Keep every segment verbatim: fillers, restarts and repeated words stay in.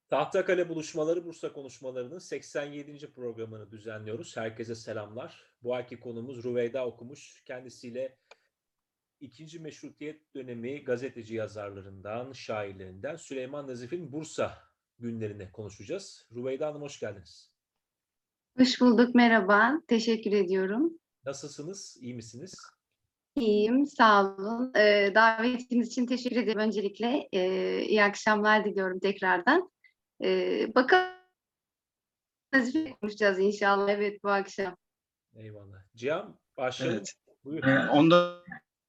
Tahtakale Buluşmaları Bursa Konuşmaları'nın seksen yedinci programını düzenliyoruz. Herkese selamlar. Bu ayki konumuz Rüveyda Okumuş. Kendisiyle ikinci Meşrutiyet dönemi gazeteci yazarlarından, şairlerinden Süleyman Nazif'in Bursa günlerini konuşacağız. Rüveyda Hanım hoş geldiniz. Hoş bulduk, merhaba. Teşekkür ediyorum. Nasılsınız? İyi misiniz? İyiyim, sağ olun. Ee, davetiniz için teşekkür ederim öncelikle. Ee, iyi akşamlar diliyorum tekrardan. Ee, bakalım Nazif'le konuşacağız inşallah, evet, bu akşam. Eyvallah. Cihan başlayalım. Evet. Buyur. Ee, onda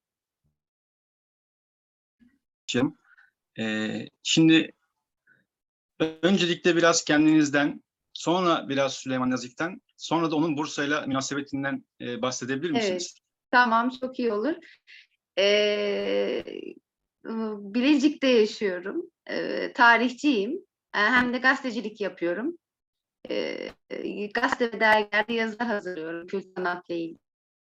ee, şimdi öncelikle biraz kendinizden, sonra biraz Süleyman Nazif'ten, sonra da onun Bursa'yla münasebetinden e, bahsedebilir Evet, misiniz? tamam, çok iyi olur. Ee, Bilecik'te yaşıyorum. Ee, tarihçiyim. Ee, hem de gazetecilik yapıyorum. Ee, gazete ve dergilerde yazılar hazırlıyorum kültür sanatla ilgili.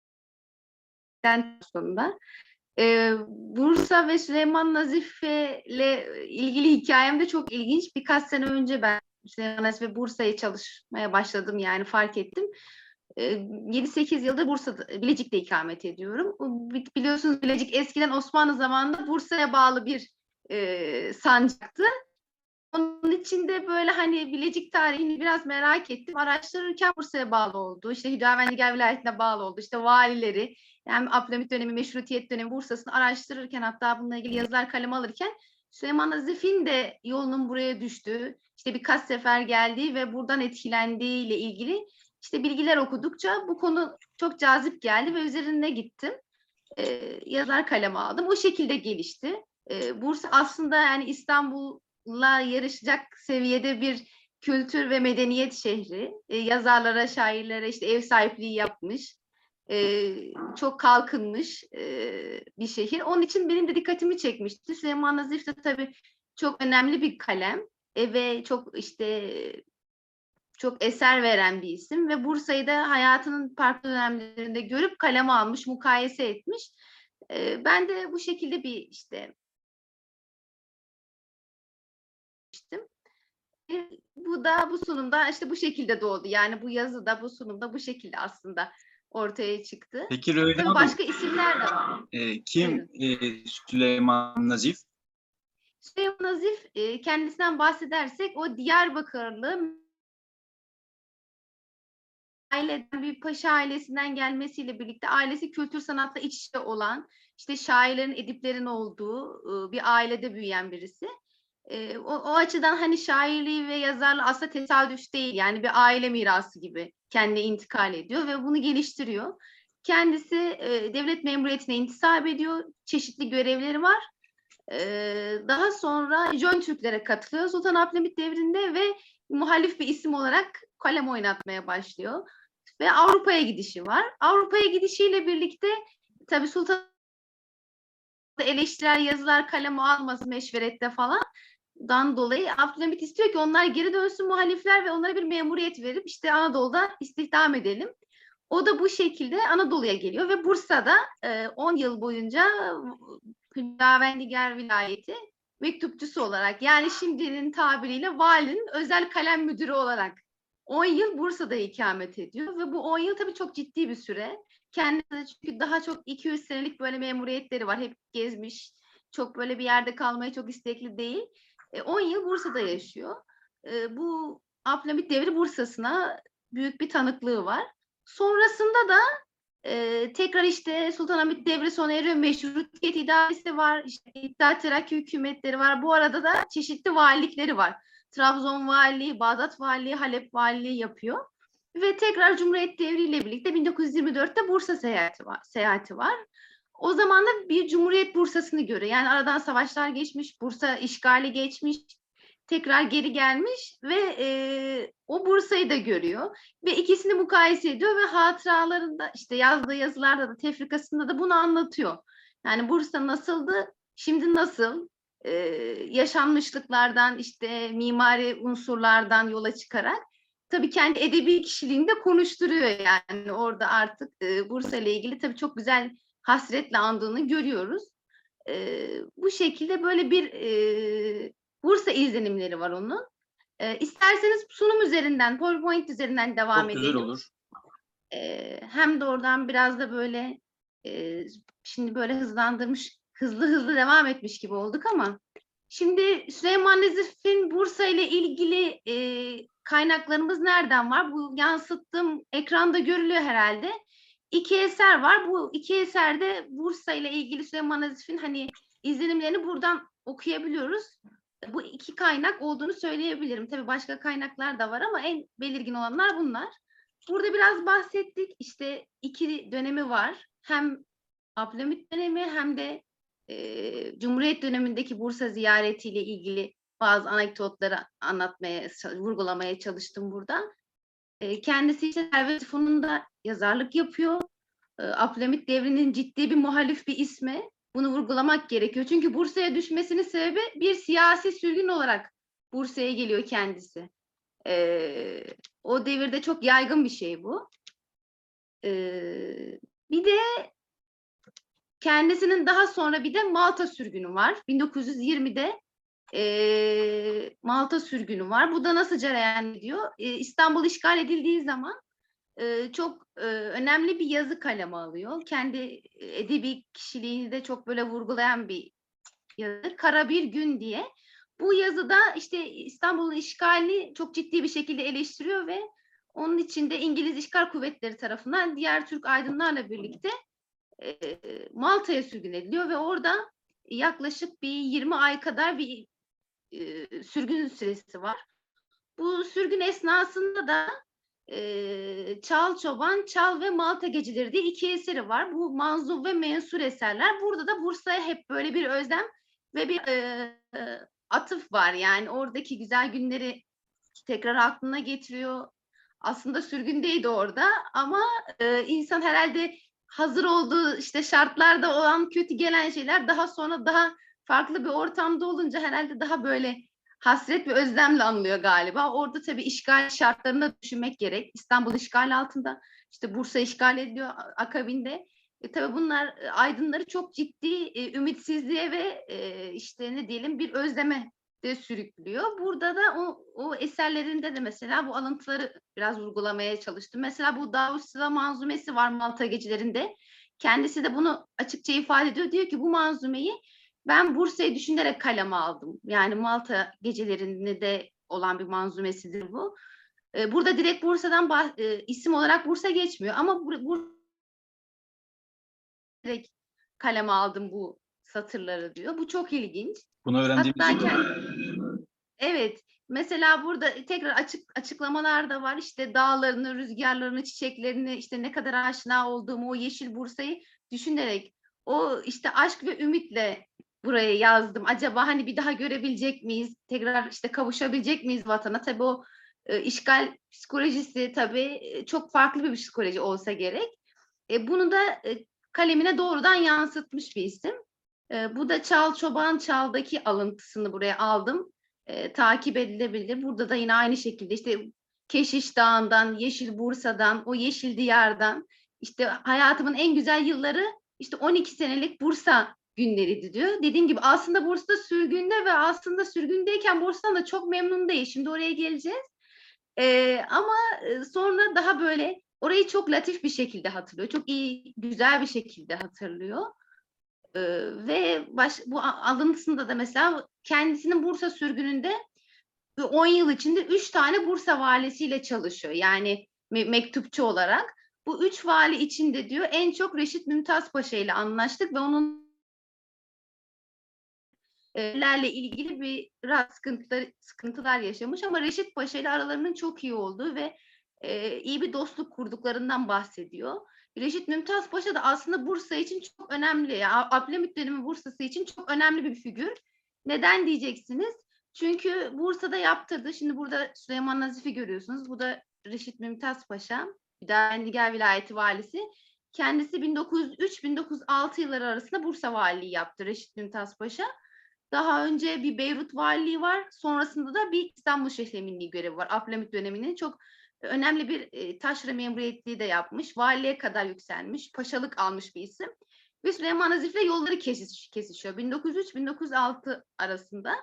Sonunda. Ee, Bursa ve Süleyman Nazif'le ilgili hikayem de çok ilginç. Birkaç sene önce ben Süleyman Nazif ve Bursa'ya çalışmaya başladım, yani fark ettim. Ee, yedi sekiz yıldır Bursa'da, Bilecik'te ikamet ediyorum. Biliyorsunuz Bilecik eskiden Osmanlı zamanında Bursa'ya bağlı bir e, sancaktı. Onun için de böyle hani Bilecik tarihini biraz merak ettim. Araştırırken Bursa'ya bağlı oldu. İşte Hüdavendigar vilayetine bağlı oldu. İşte valileri, yani Abdülhamit dönemi, Meşrutiyet dönemi Bursa'sını araştırırken, hatta bununla ilgili yazılar kaleme alırken Süleyman Nazif'in de yolunun buraya düştüğü, işte birkaç sefer geldiği ve buradan etkilendiği ile ilgili işte bilgiler okudukça bu konu çok cazip geldi ve üzerine gittim. Ee, yazılar kaleme aldım. O şekilde gelişti. Ee, Bursa aslında yani İstanbul la yarışacak seviyede bir kültür ve medeniyet şehri. E, yazarlara, şairlere işte ev sahipliği yapmış. E, çok kalkınmış e, bir şehir. Onun için benim de dikkatimi çekmişti. Süleyman Nazif de tabii çok önemli bir kalem e, ve çok işte çok eser veren bir isim ve Bursa'yı da hayatının farklı dönemlerinde görüp kaleme almış, mukayese etmiş. E, ben de bu şekilde bir işte bu da bu sunumda işte bu şekilde doğdu. Yani bu yazı da bu sunumda bu şekilde aslında ortaya çıktı. Peki Rüveyda Tabii Hanım, başka isimler de var. e, kim Buyurun. e, Süleyman Nazif? Süleyman Nazif, e, kendisinden bahsedersek o Diyarbakırlı aileden bir paşa ailesinden gelmesiyle birlikte ailesi kültür sanatla iç içe olan, işte şairlerin, ediplerin olduğu e, bir ailede büyüyen birisi. E, o, o açıdan hani şairliği ve yazarlığı aslında tesadüf değil. Yani bir aile mirası gibi kendine intikal ediyor ve bunu geliştiriyor. Kendisi e, devlet memuriyetine intisap ediyor. Çeşitli görevleri var. E, daha sonra Jön Türklere katılıyor. Sultan Abdülhamit devrinde ve muhalif bir isim olarak kalem oynatmaya başlıyor. Ve Avrupa'ya gidişi var. Avrupa'ya gidişiyle birlikte tabii Sultan eleştirel yazılar kaleme alması meşverette falan dan dolayı Abdülhamit istiyor ki onlar geri dönsün muhalifler ve onlara bir memuriyet verip işte Anadolu'da istihdam edelim. O da bu şekilde Anadolu'ya geliyor ve Bursa'da on yıl boyunca Hüdavendigar vilayeti mektupçusu olarak, yani şimdinin tabiriyle valinin özel kalem müdürü olarak on yıl Bursa'da ikamet ediyor ve bu on yıl tabii çok ciddi bir süre. Kendisi çünkü daha çok iki yüz senelik böyle memuriyetleri var. Hep gezmiş. Çok böyle bir yerde kalmaya çok istekli değil. on yıl Bursa'da yaşıyor. E, bu Abdülhamit devri Bursa'sına büyük bir tanıklığı var. Sonrasında da e, tekrar işte Sultanahmet devri sona eriyor. Meşrutiyet idaresi var. İşte İttihat Terakki hükümetleri var. Bu arada da çeşitli valilikleri var. Trabzon valiliği, Bağdat valiliği, Halep valiliği yapıyor. Ve tekrar Cumhuriyet devriyle birlikte bin dokuz yüz yirmi dörtte Bursa seyahati var. Seyahati var. O zaman da bir Cumhuriyet Bursa'sını görüyor. Yani aradan savaşlar geçmiş, Bursa işgali geçmiş, tekrar geri gelmiş ve e, o Bursa'yı da görüyor. Ve ikisini mukayese ediyor ve hatıralarında işte yazdığı yazılarda da tefrikasında da bunu anlatıyor. Yani Bursa nasıldı, şimdi nasıl? Ee, yaşanmışlıklardan işte mimari unsurlardan yola çıkarak tabii kendi edebi kişiliğini de konuşturuyor, yani orada artık e, Bursa ile ilgili tabii çok güzel hasretle andığını görüyoruz. E, bu şekilde böyle bir e, Bursa izlenimleri var onun. E, isterseniz sunum üzerinden, PowerPoint üzerinden devam Çok edelim. güzel olur. E, hem de oradan biraz da böyle e, şimdi böyle hızlandırmış, hızlı hızlı devam etmiş gibi olduk ama şimdi Süleyman Nezif'in Bursa ile ilgili e, kaynaklarımız nereden var? Bu yansıttığım ekranda görülüyor herhalde. İki eser var. Bu iki eserde Bursa ile ilgili Süleyman Nezif'in hani izlenimlerini buradan okuyabiliyoruz. Bu iki kaynak olduğunu söyleyebilirim. Tabii başka kaynaklar da var ama en belirgin olanlar bunlar. Burada biraz bahsettik. İşte iki dönemi var. Hem Abdülhamit dönemi hem de e, Cumhuriyet dönemindeki Bursa ziyaretiyle ilgili bazı anekdotları anlatmaya, vurgulamaya çalıştım burada. E, kendisi işte Servet Fünun'da yazarlık yapıyor. E, Abdülhamit devrinin ciddi bir muhalif bir ismi. Bunu vurgulamak gerekiyor. Çünkü Bursa'ya düşmesinin sebebi bir siyasi sürgün olarak Bursa'ya geliyor kendisi. E, o devirde çok yaygın bir şey bu. E, bir de kendisinin daha sonra bir de Malta sürgünü var. bin dokuz yüz yirmide e, Malta sürgünü var. Bu da nasıl cereyan ediyor? E, İstanbul işgal edildiği zaman e, çok e, önemli bir yazı kaleme alıyor. Kendi edebi kişiliğini de çok böyle vurgulayan bir yazı. Kara Bir Gün diye. Bu yazıda işte İstanbul'un işgalini çok ciddi bir şekilde eleştiriyor ve onun içinde İngiliz işgal kuvvetleri tarafından diğer Türk aydınlarla birlikte e, Malta'ya sürgün ediliyor ve orada yaklaşık bir yirmi ay kadar bir e, sürgün süresi var. Bu sürgün esnasında da e, Çal Çoban, Çal ve Malta Geceleri diye iki eseri var. Bu manzum ve mensur eserler. Burada da Bursa'ya hep böyle bir özlem ve bir e, e, atıf var. Yani oradaki güzel günleri tekrar aklına getiriyor. Aslında sürgündeydi orada ama e, insan herhalde hazır olduğu işte şartlarda olan kötü gelen şeyler daha sonra daha farklı bir ortamda olunca herhalde daha böyle hasret ve özlemle anılıyor galiba. Orada tabii işgal şartlarını da düşünmek gerek. İstanbul işgal altında, işte Bursa işgal ediliyor akabinde. E, tabii bunlar e, aydınları çok ciddi e, ümitsizliğe ve e, işte ne diyelim bir özleme de sürüklüyor. Burada da o, o eserlerinde de mesela bu alıntıları biraz vurgulamaya çalıştım. Mesela bu Davut Sıla manzumesi var Malta Gecelerinde. Kendisi de bunu açıkça ifade ediyor. Diyor ki bu manzumeyi ben Bursa'yı düşünerek kaleme aldım. Yani Malta Gecelerinde de olan bir manzumesidir bu. Burada direkt Bursa'dan bah- isim olarak Bursa geçmiyor ama bu, bu direkt kaleme aldım bu satırları diyor. Bu çok ilginç. Bunu öğrendiğimiz Hatta kendi, evet, mesela burada tekrar açık açıklamalar da var. İşte dağlarını, rüzgarlarını, çiçeklerini, işte ne kadar aşina olduğumu, o yeşil Bursa'yı düşünerek, o işte aşk ve ümitle buraya yazdım. Acaba hani bir daha görebilecek miyiz? Tekrar işte kavuşabilecek miyiz vatana? Tabii o e, işgal psikolojisi tabii e, çok farklı bir psikoloji olsa gerek. E, bunu da e, kalemine doğrudan yansıtmış bir isim. E, bu da Çal Çoban Çal'daki alıntısını buraya aldım. E, takip edilebilir. Burada da yine aynı şekilde işte Keşiş Dağı'ndan, Yeşil Bursa'dan, o yeşil diyardan, işte hayatımın en güzel yılları işte on iki senelik Bursa günleriydi diyor. Dediğim gibi aslında Bursa'da sürgünde ve aslında sürgündeyken Bursa'dan da çok memnun değil. Şimdi oraya geleceğiz. E, ama sonra daha böyle orayı çok latif bir şekilde hatırlıyor. Çok iyi, güzel bir şekilde hatırlıyor. Ee, ve baş, bu alıntısında da mesela kendisinin Bursa sürgününde on yıl içinde üç tane Bursa valisiyle çalışıyor. Yani me- mektupçu olarak. Bu üç vali içinde diyor en çok Reşit Mümtaz Paşa ile anlaştık ve onun lerle ilgili bir sıkıntılar, sıkıntılar yaşamış ama Reşit Paşa ile aralarının çok iyi olduğu ve e, iyi bir dostluk kurduklarından bahsediyor. Reşit Mümtaz Paşa da aslında Bursa için çok önemli. Yani Abdülhamit dönemi Bursa'sı için çok önemli bir figür. Neden diyeceksiniz? Çünkü Bursa'da yaptırdı. Şimdi burada Süleyman Nazif'i görüyorsunuz. Bu da Reşit Mümtaz Paşa. Bir daha Bendigar Vilayeti valisi. Kendisi bin dokuz yüz üç bin dokuz yüz altı yılları arasında Bursa valiliği yaptı Reşit Mümtaz Paşa. Daha önce bir Beyrut valiliği var. Sonrasında da bir İstanbul Şehreminliği görevi var. Abdülhamit döneminin çok önemli bir e, taşra memuriyetliği de yapmış. Valiliğe kadar yükselmiş. Paşalık almış bir isim. Ve Süleyman Nazif'le yolları kesiş, kesişiyor. bin dokuz yüz üç bin dokuz yüz altı arasında.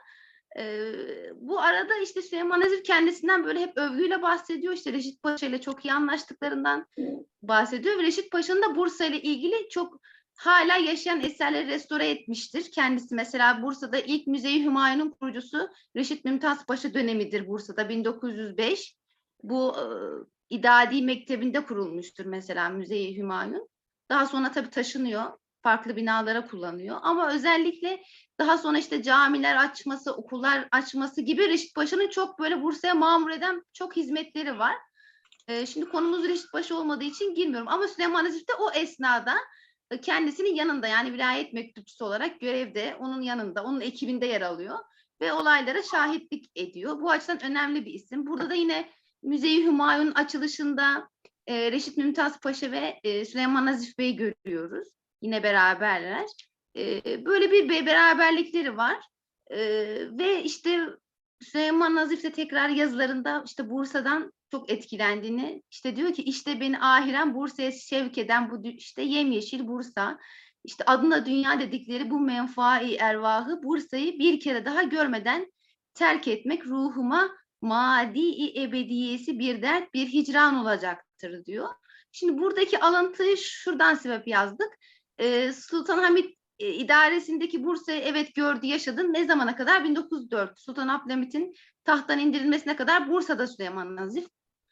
Ee, bu arada işte Süleyman Nazif kendisinden böyle hep övgüyle bahsediyor. İşte Reşit Paşa ile çok iyi anlaştıklarından bahsediyor. Ve Reşit Paşa'nın da Bursa ile ilgili çok hala yaşayan eserleri restore etmiştir. Kendisi mesela Bursa'da ilk Müze-i Hümayun'un kurucusu Reşit Mümtaz Paşa dönemidir Bursa'da bin dokuz yüz beş. Bu e, İdadi Mektebi'nde kurulmuştur mesela Müze-i Hümayun. Daha sonra tabii taşınıyor. Farklı binalara kullanıyor. Ama özellikle daha sonra işte camiler açması, okullar açması gibi Reşit Paşa'nın çok böyle Bursa'ya mamur eden çok hizmetleri var. Ee, şimdi konumuz Reşit Paşa olmadığı için girmiyorum. Ama Süleyman Nazif de o esnada kendisinin yanında, yani vilayet mektupçusu olarak görevde, onun yanında, onun ekibinde yer alıyor. Ve olaylara şahitlik ediyor. Bu açıdan önemli bir isim. Burada da yine Müze-i Hümayun açılışında e, Reşit Mümtaz Paşa ve e, Süleyman Nazif Bey'i görüyoruz. Yine beraberler. E, böyle bir beraberlikleri var. E, ve işte Süleyman Nazif de tekrar yazılarında işte Bursa'dan çok etkilendiğini, işte diyor ki işte beni ahiren Bursa'ya şevk eden bu işte yemyeşil Bursa, işte adına dünya dedikleri bu menfai ervahı Bursa'yı bir kere daha görmeden terk etmek ruhuma madi-i ebediyesi bir dert, bir hicran olacaktır diyor. Şimdi buradaki alıntıyı şuradan sebep yazdık. Ee, Sultanahmet e, idaresindeki Bursa'yı evet gördü, yaşadı. Ne zamana kadar? bin dokuz yüz dört. Sultan Abdülhamit'in tahttan indirilmesine kadar Bursa'da Süleyman Nazif.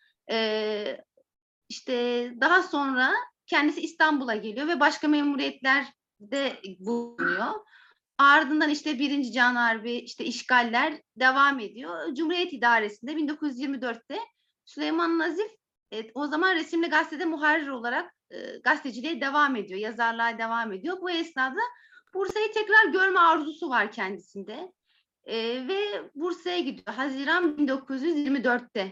Ee, işte daha sonra kendisi İstanbul'a geliyor ve başka memuriyetlerde bulunuyor. Ardından işte birinci Can Harbi, işte işgaller devam ediyor. Cumhuriyet İdaresi'nde bin dokuz yüz yirmi dörtte Süleyman Nazif e, o zaman Resimli Gazete'de muharrir olarak e, gazeteciliğe devam ediyor, yazarlığa devam ediyor. Bu esnada Bursa'yı tekrar görme arzusu var kendisinde. E, ve Bursa'ya gidiyor Haziran bin dokuz yüz yirmi dörtte.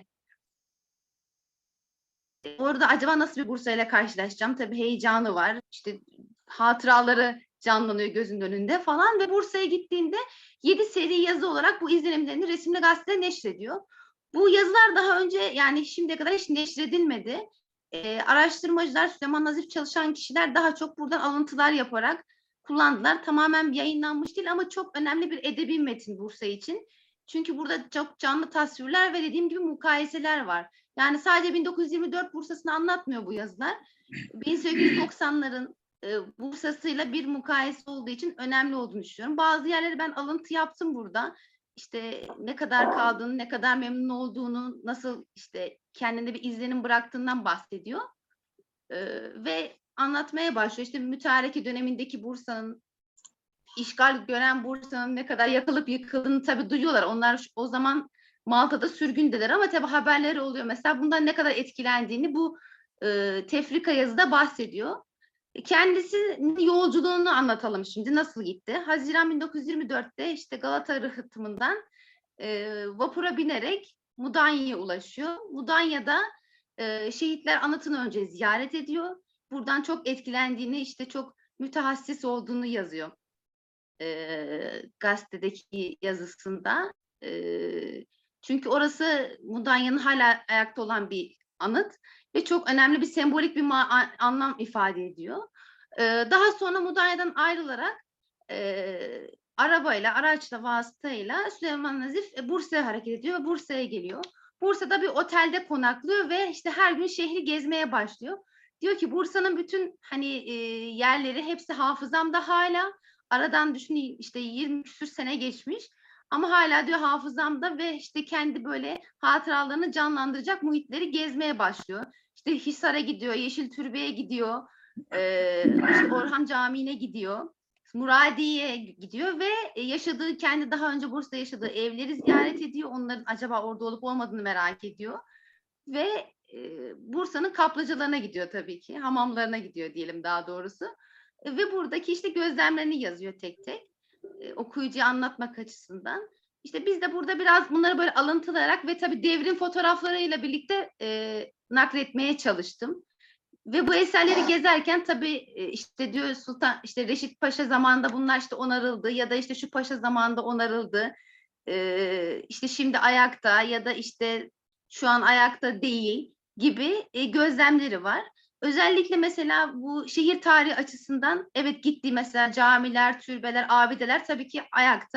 E, orada acaba nasıl bir Bursa ile karşılaşacağım? Tabii heyecanı var. İşte hatıraları canlanıyor gözünün önünde falan ve Bursa'ya gittiğinde yedi seri yazı olarak bu izlenimlerini Resimli Gazete'de neşrediyor. Bu yazılar daha önce, yani şimdiye kadar hiç neşredilmedi. Ee, araştırmacılar, Süleyman Nazif çalışan kişiler daha çok buradan alıntılar yaparak kullandılar. Tamamen yayınlanmış değil ama çok önemli bir edebi metin Bursa için. Çünkü burada çok canlı tasvirler ve dediğim gibi mukayeseler var. Yani sadece bin dokuz yüz yirmi dört Bursa'sını anlatmıyor bu yazılar. bin sekiz yüz doksanların e, Bursa'sıyla bir mukayese olduğu için önemli olduğunu düşünüyorum. Bazı yerleri ben alıntı yaptım burada. İşte ne kadar kaldığını, ne kadar memnun olduğunu, nasıl işte kendinde bir izlenim bıraktığından bahsediyor. E, ve anlatmaya başlıyor. İşte mütareke dönemindeki Bursa'nın, işgal gören Bursa'nın ne kadar yakılıp yıkıldığını tabii duyuyorlar. Onlar o zaman Malta'da sürgündeler ama tabii haberleri oluyor. Mesela bundan ne kadar etkilendiğini bu e, tefrika yazıda bahsediyor. Kendisinin yolculuğunu anlatalım şimdi. Nasıl gitti? Haziran bin dokuz yüz yirmi dörtte işte Galata Rıhtımı'ndan e, vapura binerek Mudanya'ya ulaşıyor. Mudanya'da e, şehitler anıtını önce ziyaret ediyor. Buradan çok etkilendiğini, işte çok mütehassis olduğunu yazıyor e, gazetedeki yazısında. E, çünkü orası Mudanya'nın hala ayakta olan bir anıt ve çok önemli bir sembolik bir anlam ifade ediyor. E, daha sonra Mudanya'dan ayrılarak e, arabayla, araçla, vasıtayla Süleyman Nazif e, Bursa'ya hareket ediyor ve Bursa'ya geliyor. Bursa'da bir otelde konaklıyor ve işte her gün şehri gezmeye başlıyor. Diyor ki Bursa'nın bütün hani e, yerleri hepsi hafızamda hala. Aradan düşünün işte yirmi küsur sene geçmiş ama hala diyor hafızamda ve işte kendi böyle hatıralarını canlandıracak muhitleri gezmeye başlıyor. İşte Hisar'a gidiyor, Yeşil Türbe'ye gidiyor, e, işte Orhan Camii'ne gidiyor, Muradiye'ye gidiyor ve yaşadığı, kendi daha önce Bursa'da yaşadığı evleri ziyaret ediyor. Onların acaba orada olup olmadığını merak ediyor. Ve e, Bursa'nın kaplıcalarına gidiyor tabii ki, hamamlarına gidiyor diyelim daha doğrusu. Ve buradaki işte gözlemlerini yazıyor tek tek e, okuyucuya anlatmak açısından. İşte biz de burada biraz bunları böyle alıntılayarak ve tabii devrin fotoğraflarıyla birlikte e, nakletmeye çalıştım. Ve bu eserleri gezerken tabii e, işte diyor Sultan, işte Reşit Paşa zamanında bunlar işte onarıldı ya da işte şu paşa zamanında onarıldı. E, işte şimdi ayakta ya da işte şu an ayakta değil gibi e, gözlemleri var. Özellikle mesela bu şehir tarihi açısından evet gittiği mesela camiler, türbeler, abideler tabii ki ayakta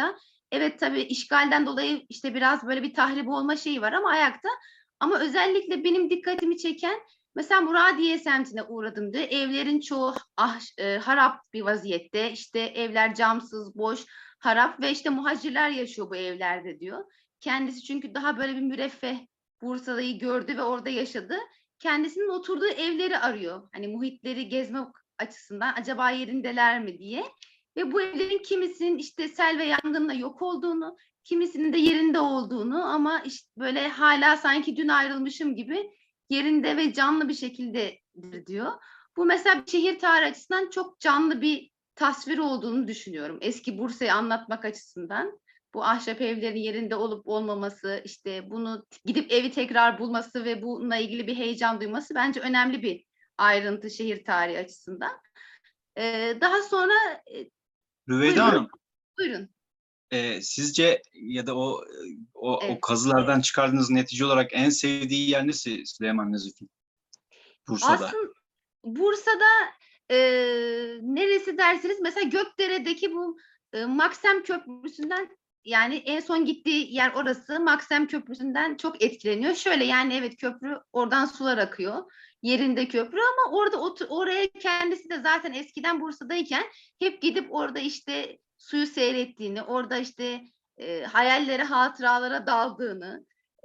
evet tabii işgalden dolayı işte biraz böyle bir tahrip olma şeyi var ama ayakta. Ama özellikle benim dikkatimi çeken mesela Muradiye semtine uğradım diyor. Evlerin çoğu ah, e, harap bir vaziyette. İşte evler camsız, boş, harap ve işte muhacirler yaşıyor bu evlerde diyor. Kendisi çünkü daha böyle bir müreffeh Bursa'yı gördü ve orada yaşadı. Kendisinin oturduğu evleri arıyor. Hani muhitleri gezmek açısından acaba yerindeler mi diye. Ve bu evlerin kimisinin işte sel ve yangınla yok olduğunu, kimisinin de yerinde olduğunu ama işte böyle hala sanki dün ayrılmışım gibi yerinde ve canlı bir şekilde diyor. Bu mesela şehir tarihi açısından çok canlı bir tasvir olduğunu düşünüyorum. Eski Bursa'yı anlatmak açısından. Bu ahşap evlerin yerinde olup olmaması, işte bunu gidip evi tekrar bulması ve bununla ilgili bir heyecan duyması bence önemli bir ayrıntı şehir tarihi açısından. Ee, daha sonra Rüveyda buyurun. Hanım, Buyurun. e, sizce ya da o o, Evet. o kazılardan çıkardığınız netice olarak en sevdiği yer neresi Süleyman Nazif'in? Bursa'da. Aslında Bursa'da e, neresi dersiniz? Mesela Gökdere'deki bu e, Maksem Köprüsü'nden yani en son gittiği yer orası. Maksem Köprüsü'nden çok etkileniyor. Şöyle yani evet köprü oradan sular akıyor. Yerinde köprü ama orada otur, oraya kendisi de zaten eskiden Bursa'dayken hep gidip orada işte suyu seyrettiğini, orada işte e, hayallere, hatıralara daldığını,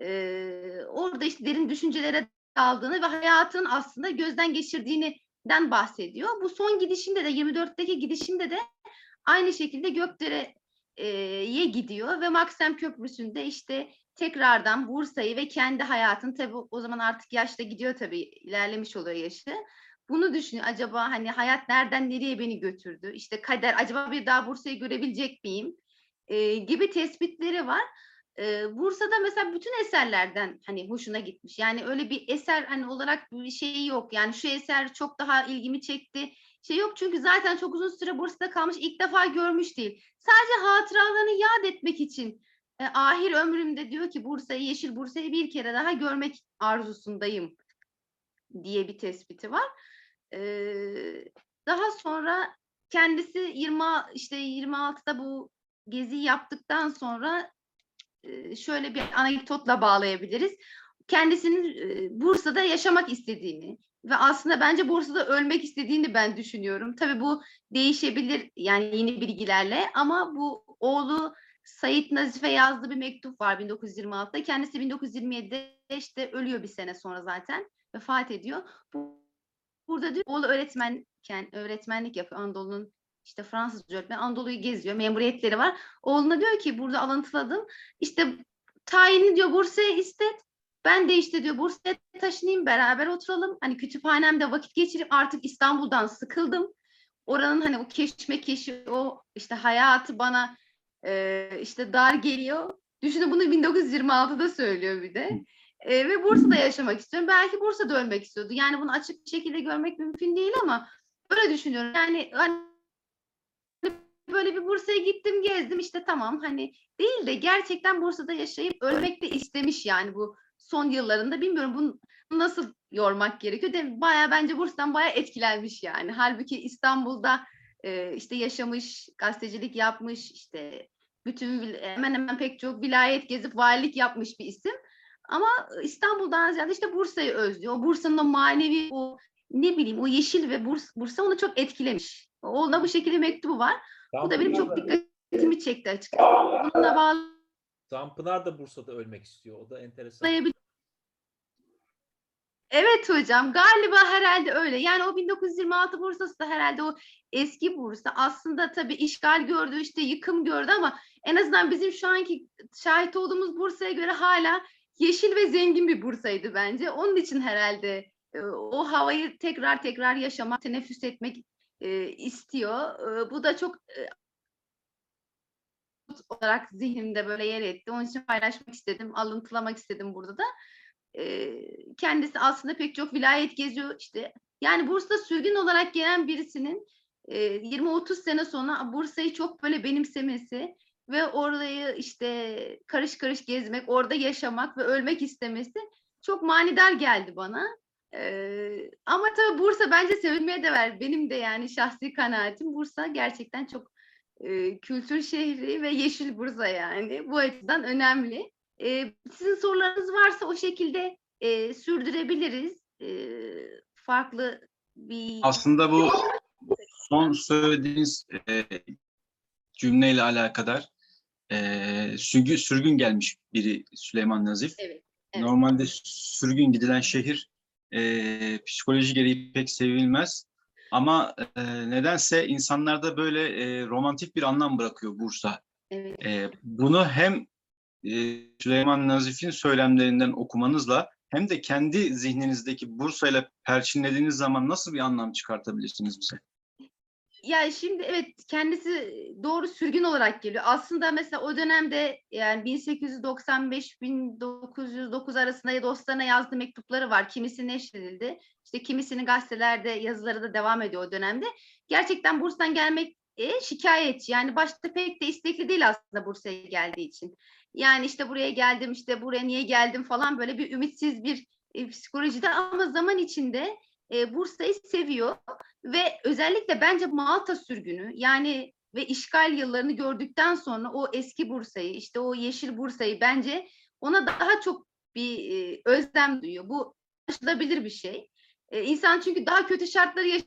e, orada işte derin düşüncelere aldığını ve hayatın aslında gözden geçirdiğinden bahsediyor. Bu son gidişinde de yirmi dörtteki gidişinde de aynı şekilde Gökdere'ye gidiyor ve Maksem Köprüsü'nde işte tekrardan Bursa'yı ve kendi hayatını tabii o zaman artık yaşta gidiyor tabii ilerlemiş oluyor yaşı. Bunu düşünüyor. Acaba hani hayat nereden nereye beni götürdü? İşte kader acaba bir daha Bursa'yı görebilecek miyim? Ee, gibi tespitleri var. Ee, Bursa'da mesela bütün eserlerden hani hoşuna gitmiş. Yani öyle bir eser hani olarak bir şey yok. Yani şu eser çok daha ilgimi çekti. Şey yok çünkü zaten çok uzun süre Bursa'da kalmış. İlk defa görmüş değil. Sadece hatıralarını yad etmek için e, ahir ömrümde diyor ki Bursa'yı, Yeşil Bursa'yı bir kere daha görmek arzusundayım diye bir tespiti var. Ee, daha sonra kendisi yirmi işte yirmi altıda bu geziyi yaptıktan sonra şöyle bir anekdotla bağlayabiliriz. Kendisinin Bursa'da yaşamak istediğini ve aslında bence Bursa'da ölmek istediğini ben düşünüyorum. Tabii bu değişebilir yani yeni bilgilerle ama bu oğlu Sait Nazif'e yazdığı bir mektup var bin dokuz yüz yirmi altıda. Kendisi bin dokuz yüz yirmi yedide işte ölüyor bir sene sonra zaten. Vefat ediyor. Bu, burada diyor oğlu öğretmenken öğretmenlik yapıyor Anadolu'nun işte Fransızca öğretmen Anadolu'yu geziyor. Memuriyetleri var. Oğluna diyor ki burada alıntıladım. İşte tayini diyor Bursa'ya istet. Ben de işte diyor Bursa'ya taşınayım beraber oturalım. Hani kütüphanemde vakit geçirip artık İstanbul'dan sıkıldım. Oranın hani o keşmekeşi o işte hayatı bana e, işte dar geliyor. Düşünün bunu bin dokuz yüz yirmi altıda söylüyor bir de. E, ve Bursa'da yaşamak istiyorum. Belki Bursa'da ölmek istiyordu. Yani bunu açık bir şekilde görmek mümkün değil ama öyle düşünüyorum. Yani hani böyle bir Bursa'ya gittim gezdim işte tamam hani değil de gerçekten Bursa'da yaşayıp ölmek de istemiş yani bu son yıllarında bilmiyorum bunu nasıl yormak gerekiyor de bayağı bence Bursa'dan bayağı etkilenmiş yani. Halbuki İstanbul'da e, işte yaşamış, gazetecilik yapmış işte bütün hemen hemen pek çok vilayet gezip valilik yapmış bir isim. Ama İstanbul'dan ziyade işte Bursa'yı özlüyor. O Bursa'nın o manevi o ne bileyim o yeşil ve Bursa, Bursa onu çok etkilemiş. Oğluna bu şekilde mektubu var. Bu da benim çok dikkatimi çekti açıkçası. Bununla bağlı Tanpınar da Bursa'da ölmek istiyor. O da enteresan. Evet hocam galiba herhalde öyle. Yani o bin dokuz yüz yirmi altı Bursa'sı da herhalde o eski Bursa. Aslında tabii işgal gördü işte yıkım gördü ama en azından bizim şu anki şahit olduğumuz Bursa'ya göre hala yeşil ve zengin bir Bursa'ydı bence. Onun için herhalde e, o havayı tekrar tekrar yaşamak, teneffüs etmek e, istiyor. E, bu da çok e, olarak zihnimde böyle yer etti. Onun için paylaşmak istedim, alıntılamak istedim burada da. Ee, kendisi aslında pek çok vilayet geziyor işte. Yani Bursa'da sürgün olarak gelen birisinin e, yirmi otuz sene sonra Bursa'yı çok böyle benimsemesi ve orayı işte karış karış gezmek, orada yaşamak ve ölmek istemesi çok manidar geldi bana. Ee, ama tabii Bursa bence sevilmeye de ver. Benim de yani şahsi kanaatim Bursa gerçekten çok e, kültür şehri ve yeşil Bursa yani. Bu açıdan önemli. E, sizin sorularınız varsa o şekilde e, sürdürebiliriz. E, farklı bir... Aslında bu son söylediğiniz e, cümleyle alakadar e, sürgün, sürgün gelmiş biri Süleyman Nazif. Evet, evet. Normalde sürgün gidilen şehir e, psikoloji gereği pek sevilmez. Ama e, nedense insanlarda böyle e, romantik bir anlam bırakıyor Bursa. Evet. E, bunu hem e, Süleyman Nazif'in söylemlerinden okumanızla hem de kendi zihninizdeki Bursa ile perçinlediğiniz zaman nasıl bir anlam çıkartabilirsiniz bize? Ya şimdi evet, kendisi doğru sürgün olarak geliyor. Aslında mesela o dönemde yani bin sekiz yüz doksan beş bin dokuz yüz dokuz arasında dostlarına yazdığı mektupları var. Kimisi neşredildi. İşte kimisinin gazetelerde yazıları da devam ediyor o dönemde. Gerçekten Bursa'dan gelmek e, şikayetçi. Yani başta pek de istekli değil aslında Bursa'ya geldiği için. Yani işte buraya geldim, işte buraya niye geldim falan, böyle bir ümitsiz bir e, psikolojide, ama zaman içinde e, Bursa'yı seviyor. Ve özellikle bence Malta sürgünü yani ve işgal yıllarını gördükten sonra o eski Bursa'yı, işte o yeşil Bursa'yı, bence ona daha çok bir e, özlem duyuyor. Bu anlaşılabilir bir şey. E, insan çünkü daha kötü şartları yaşıyor,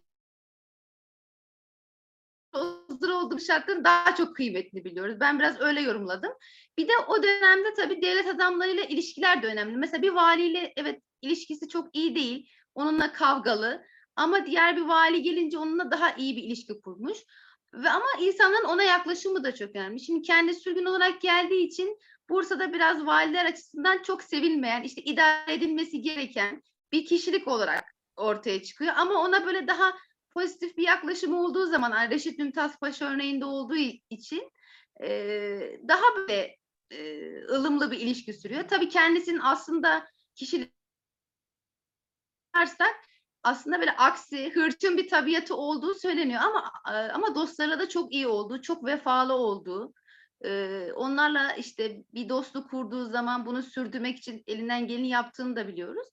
hazır olduğu şartların daha çok kıymetini biliyoruz. Ben biraz öyle yorumladım. Bir de o dönemde tabii devlet adamlarıyla ilişkiler de önemli. Mesela bir valiyle evet ilişkisi çok iyi değil. Onunla kavgalı. Ama diğer bir vali gelince onunla daha iyi bir ilişki kurmuş. Ve ama insanların ona yaklaşımı da çok önemli. Şimdi kendi sürgün olarak geldiği için Bursa'da biraz valiler açısından çok sevilmeyen, işte idare edilmesi gereken bir kişilik olarak ortaya çıkıyor. Ama ona böyle daha pozitif bir yaklaşım olduğu zaman, yani Reşit Mümtaz Paşa örneğinde olduğu için e, daha böyle e, ılımlı bir ilişki sürüyor. Tabii kendisinin aslında kişilik varsak aslında böyle aksi, hırçın bir tabiatı olduğu söyleniyor, ama ama dostlarla da çok iyi olduğu, çok vefalı olduğu, e, onlarla işte bir dostluk kurduğu zaman bunu sürdürmek için elinden geleni yaptığını da biliyoruz.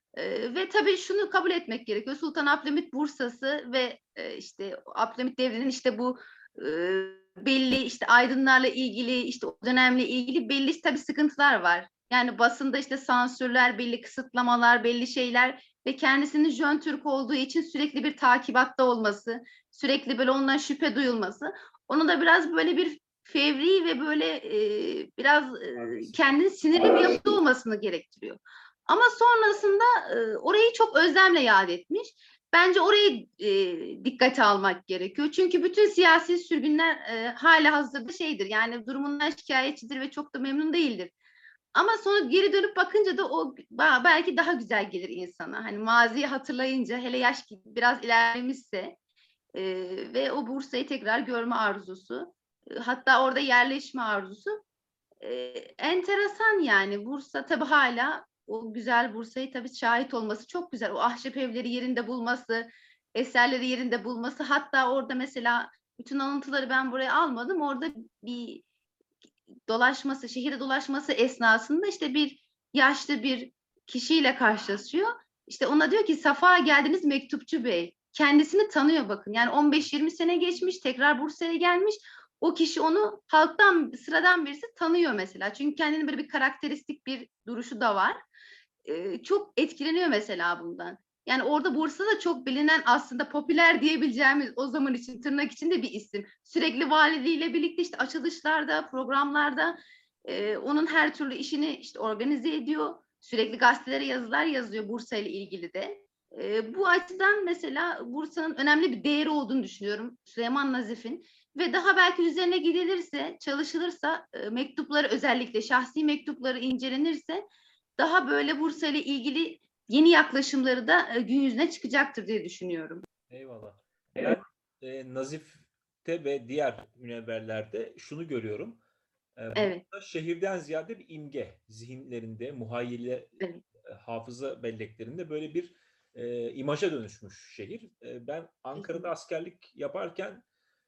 E, ve tabii şunu kabul etmek gerekiyor. Sultan Abdülhamit Bursası ve e, işte Abdülhamit devrinin işte bu e, belli işte aydınlarla ilgili, işte o dönemle ilgili belli tabii sıkıntılar var. Yani basında işte sansürler, belli kısıtlamalar, belli şeyler ve kendisinin Jön Türk olduğu için sürekli bir takibatta olması, sürekli böyle ondan şüphe duyulması, onu da biraz böyle bir fevri ve böyle e, biraz e, kendini sinirli bir yapıda olmasını gerektiriyor. Ama sonrasında e, orayı çok özlemle yad etmiş. Bence orayı e, dikkate almak gerekiyor. Çünkü bütün siyasi sürgünler e, hala hazırda şeydir. Yani durumundan şikayetçidir ve çok da memnun değildir. Ama sonra geri dönüp bakınca da o belki daha güzel gelir insana. Hani maziyi hatırlayınca, hele yaş biraz ilerlemişse e, ve o Bursa'yı tekrar görme arzusu, e, hatta orada yerleşme arzusu e, enteresan yani. Bursa tabii hala o güzel Bursa'yı tabii şahit olması çok güzel. O ahşap evleri yerinde bulması, eserleri yerinde bulması. Hatta orada mesela bütün alıntıları ben buraya almadım. Orada bir dolaşması, şehirde dolaşması esnasında işte bir yaşlı bir kişiyle karşılaşıyor. İşte ona diyor ki Safa geldiniz Mektupçu Bey. Kendisini tanıyor bakın. Yani on beş yirmi sene geçmiş, tekrar Bursa'ya gelmiş. O kişi onu halktan, sıradan birisi tanıyor mesela. Çünkü kendinin böyle bir karakteristik bir duruşu da var. Ee, çok etkileniyor mesela bundan. Yani orada Bursa'da çok bilinen, aslında popüler diyebileceğimiz o zaman için tırnak içinde bir isim. Sürekli valiliğiyle birlikte işte açılışlarda, programlarda e, onun her türlü işini işte organize ediyor. Sürekli gazetelere yazılar yazıyor Bursa ile ilgili de. E, bu açıdan mesela Bursa'nın önemli bir değeri olduğunu düşünüyorum Süleyman Nazif'in. Ve daha belki üzerine gidilirse, çalışılırsa, e, mektupları, özellikle şahsi mektupları incelenirse daha böyle Bursa ile ilgili yeni yaklaşımları da e, gün yüzüne çıkacaktır diye düşünüyorum. Eyvallah. Ben e, Nazif'te ve diğer münevverlerde şunu görüyorum. E, Evet. Bursa şehirden ziyade bir imge. Zihinlerinde, muhayyile, Evet. e, hafıza belleklerinde böyle bir e, imaja dönüşmüş şehir. E, ben Ankara'da askerlik yaparken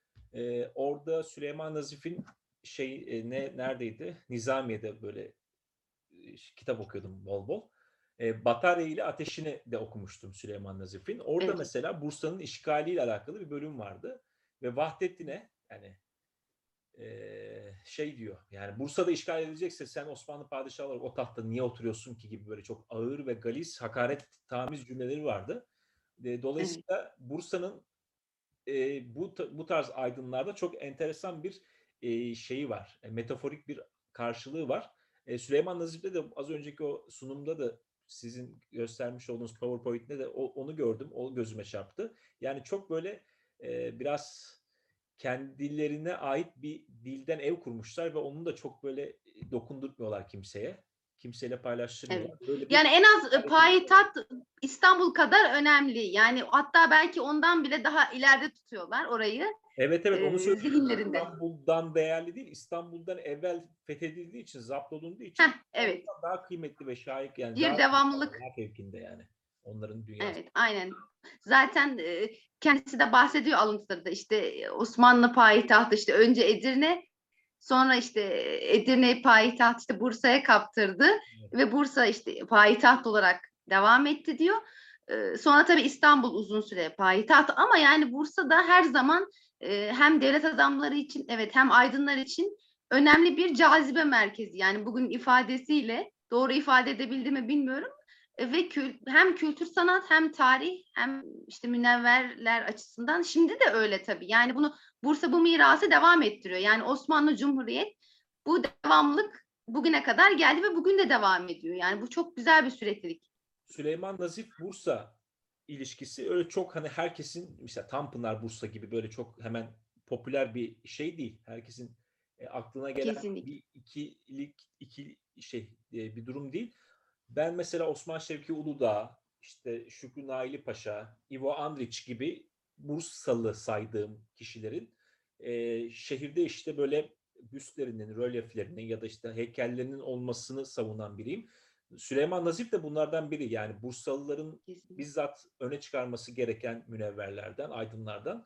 e, orada Süleyman Nazif'in şey e, ne neredeydi? Nizamiye'de böyle e, kitap okuyordum bol bol. E, Batarya ile Ateşini de okumuştum Süleyman Nazif'in. Orada Evet. mesela Bursa'nın işgaliyle alakalı bir bölüm vardı. Ve Vahdettin'e, yani Ee, şey diyor yani Bursa'da işgal edilecekse sen Osmanlı padişahı olarak o tahtta niye oturuyorsun ki gibi böyle çok ağır ve galis hakaret tamiz cümleleri vardı. Ee, Evet. dolayısıyla Bursa'nın e, bu bu tarz aydınlarda çok enteresan bir e, şeyi var. E, metaforik bir karşılığı var. E, Süleyman Nazif'te de az önceki o sunumda da sizin göstermiş olduğunuz PowerPoint'te de o, onu gördüm. O gözüme çarptı. Yani çok böyle e, biraz kendilerine ait bir dilden ev kurmuşlar ve onu da çok böyle dokundurtmuyorlar kimseye. Kimseyle Evet. paylaştırmıyorlar. Böyle bir Yani en az e, payitaht İstanbul kadar önemli. Yani hatta belki ondan bile daha ileride tutuyorlar orayı Evet evet onu e, söylüyorum. zihinlerinde. İstanbul'dan değerli değil. İstanbul'dan evvel fethedildiği için, zapt olunduğu için Heh, evet. İstanbul'dan daha kıymetli ve şahik yani Bir daha devamlılık. daha fevkinde yani onların dünyası. Evet, aynen. Zaten e, kendisi de bahsediyor alıntılarda işte e, Osmanlı payitahtı işte önce Edirne, sonra işte Edirne payitaht işte Bursa'ya kaptırdı Evet. ve Bursa işte payitaht olarak devam etti diyor. E, sonra tabii İstanbul uzun süre payitaht ama yani Bursa'da her zaman e, hem devlet adamları için evet hem aydınlar için önemli bir cazibe merkezi. Yani bugün ifadesiyle doğru ifade edebildi mi bilmiyorum. E, ve kül, hem kültür sanat hem tarih hem işte münevverler açısından şimdi de öyle tabii. Yani bunu Bursa bu mirası devam ettiriyor. Yani Osmanlı Cumhuriyet bu devamlık bugüne kadar geldi ve bugün de devam ediyor. Yani bu çok güzel bir süreklilik. Süleyman Nazif Bursa ilişkisi öyle çok hani herkesin mesela Tanpınar Bursa gibi böyle çok hemen popüler bir şey değil. Herkesin e, aklına gelen Kesinlikle. bir ikilik iki şey e, bir durum değil. Ben mesela Osman Şevki Uludağ, işte Şükrü Naili Paşa, Ivo Andrić gibi Bursalı saydığım kişilerin e, şehirde işte böyle büstlerinin, rölyeflerinin ya da işte heykellerinin olmasını savunan biriyim. Süleyman Nazif de bunlardan biri. Yani Bursalıların Kesinlikle. bizzat öne çıkarması gereken münevverlerden, aydınlardan.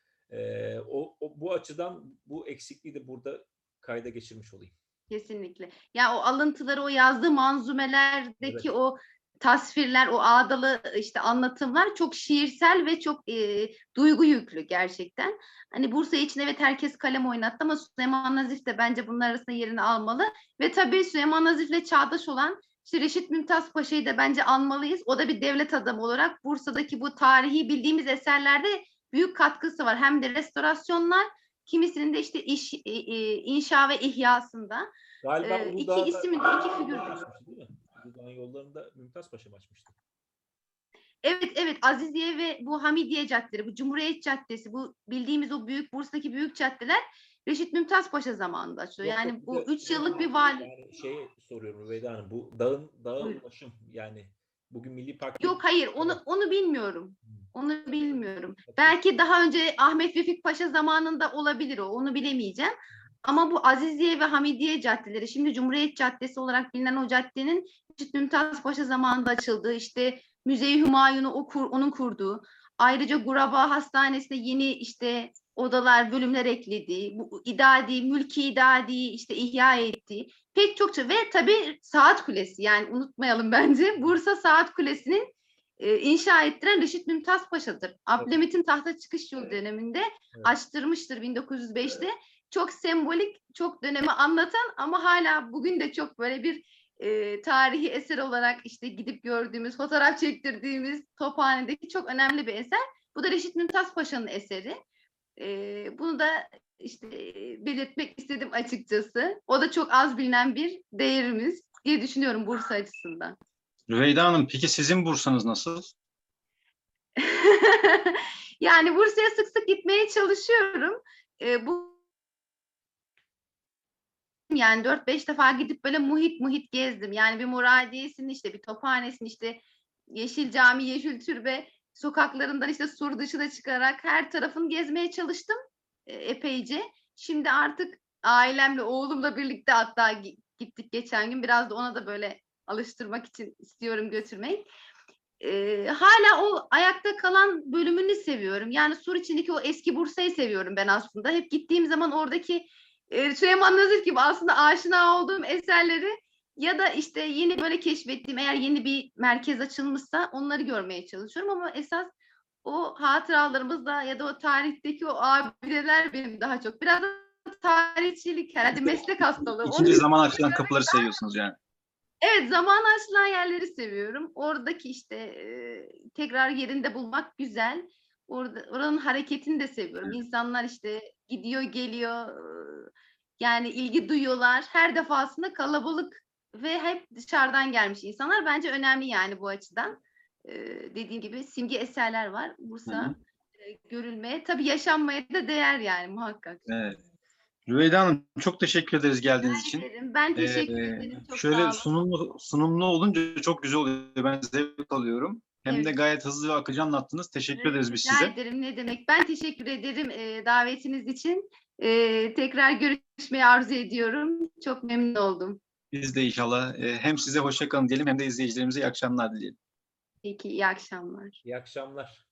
E, o, o bu açıdan bu eksikliği de burada kayda geçirmiş olayım. Kesinlikle. Ya o alıntıları, o yazdığı manzumelerdeki Evet. o tasvirler, o ağdalı işte anlatımlar çok şiirsel ve çok e, duygu yüklü gerçekten. Hani Bursa için evet herkes kalem oynattı ama Süleyman Nazif de bence bunlar arasında yerini almalı. Ve tabii Süleyman Nazif'le çağdaş olan işte Reşit Mümtaz Paşa'yı da bence anmalıyız. O da bir devlet adamı olarak Bursa'daki bu tarihi bildiğimiz eserlerde büyük katkısı var. Hem de restorasyonlar, kimisinin de işte iş, e, e, inşa ve ihyasında. Galiba E, iki Uludağ'da isim, iki figür. açmıştı değil mi? Uludağ'ın yollarında Mümtaz Paşa mı açmıştı? Evet, evet, Aziziye ve bu Hamidiye caddeleri, bu Cumhuriyet Caddesi, bu bildiğimiz o büyük Bursa'daki büyük caddeler Reşit Mümtaz Paşa zamanında açılıyor. Yok yok Yani bir bu de üç Rüveyda yıllık bir Hanım, vali. yani şey soruyorum Rüveyda Hanım, bu dağın dağa Buyurun. ulaşım yani bugün Milli Park dediğimiz Yok, hayır, onu evet. onu bilmiyorum. Hmm. Onu bilmiyorum. Hatırlıyorum. Belki daha önce Ahmet Vefik Paşa zamanında olabilir o. Onu bilemeyeceğim. Ama bu Aziziye ve Hamidiye caddeleri, şimdi Cumhuriyet Caddesi olarak bilinen o caddenin Reşit Mümtaz Paşa zamanında açıldığı, işte Müze-i Hümayun'u o kur, onun kurduğu, ayrıca Guraba Hastanesi'ne yeni işte odalar, bölümler eklediği, bu idadi, mülki idadi işte ihya ettiği pek çokça ve tabii Saat Kulesi, yani unutmayalım bence Bursa Saat Kulesi'nin e, inşa ettiren Reşit Mümtaz Paşa'dır. Evet, Abdülhamit'in tahta çıkış yolu döneminde evet. açtırmıştır bin dokuz yüz beşte. Çok sembolik, çok dönemi anlatan ama hala bugün de çok böyle bir e, tarihi eser olarak işte gidip gördüğümüz, fotoğraf çektirdiğimiz Tophane'deki çok önemli bir eser. Bu da Reşit Mümtaz Paşa'nın eseri. E, bunu da işte belirtmek istedim açıkçası. O da çok az bilinen bir değerimiz diye düşünüyorum Bursa açısından. Rüveyda Hanım, peki sizin Bursa'nız nasıl? Yani Bursa'ya sık sık gitmeye çalışıyorum. E, bu yani dört beş defa gidip böyle muhit muhit gezdim. Yani bir Muradiyesini işte bir Tophanesini işte Yeşil Cami, Yeşil Türbe sokaklarından işte sur dışına çıkarak her tarafını gezmeye çalıştım e, epeyce. Şimdi artık ailemle, oğlumla birlikte hatta gittik geçen gün. Biraz da ona da böyle alıştırmak için istiyorum götürmeyi. Ee, hala o ayakta kalan bölümünü seviyorum. Yani sur içindeki o eski Bursa'yı seviyorum ben aslında. Hep gittiğim zaman oradaki e, Süleyman Nazif gibi aslında aşina olduğum eserleri ya da işte yeni böyle keşfettiğim, eğer yeni bir merkez açılmışsa onları görmeye çalışıyorum ama esas o hatıralarımızda ya da o tarihteki o abideler benim daha çok. Biraz da tarihçilik herhalde meslek hastalığı. İkinci Onu- zaman açılan kapıları seviyorsunuz yani. Evet, zaman açılan yerleri seviyorum. Oradaki işte e, tekrar yerinde bulmak güzel. Orada oranın hareketini de seviyorum. İnsanlar işte gidiyor geliyor, e, yani ilgi duyuyorlar. Her defasında kalabalık ve hep dışarıdan gelmiş insanlar. Bence önemli yani bu açıdan. E, dediğim gibi simge eserler var. Hı Bursa hı. e, görülmeye, tabii yaşanmaya da değer yani muhakkak. Evet. Rüveyda Hanım çok teşekkür ederiz geldiğiniz için. Ederim. Ben teşekkür Ee, ederim. Çok şöyle sağ olun. sunumlu, sunumlu olunca çok güzel oluyor. Ben zevk alıyorum. Hem de Evet. gayet hızlı ve akıcı anlattınız. Teşekkür ederiz biz Rica size. ederim, ne demek. Ben teşekkür ederim e, davetiniz için. E, tekrar görüşmeyi arzu ediyorum. Çok memnun oldum. Biz de inşallah e, hem size hoşça kalın diyelim hem de izleyicilerimize iyi akşamlar dileyelim. Peki, iyi akşamlar. İyi akşamlar.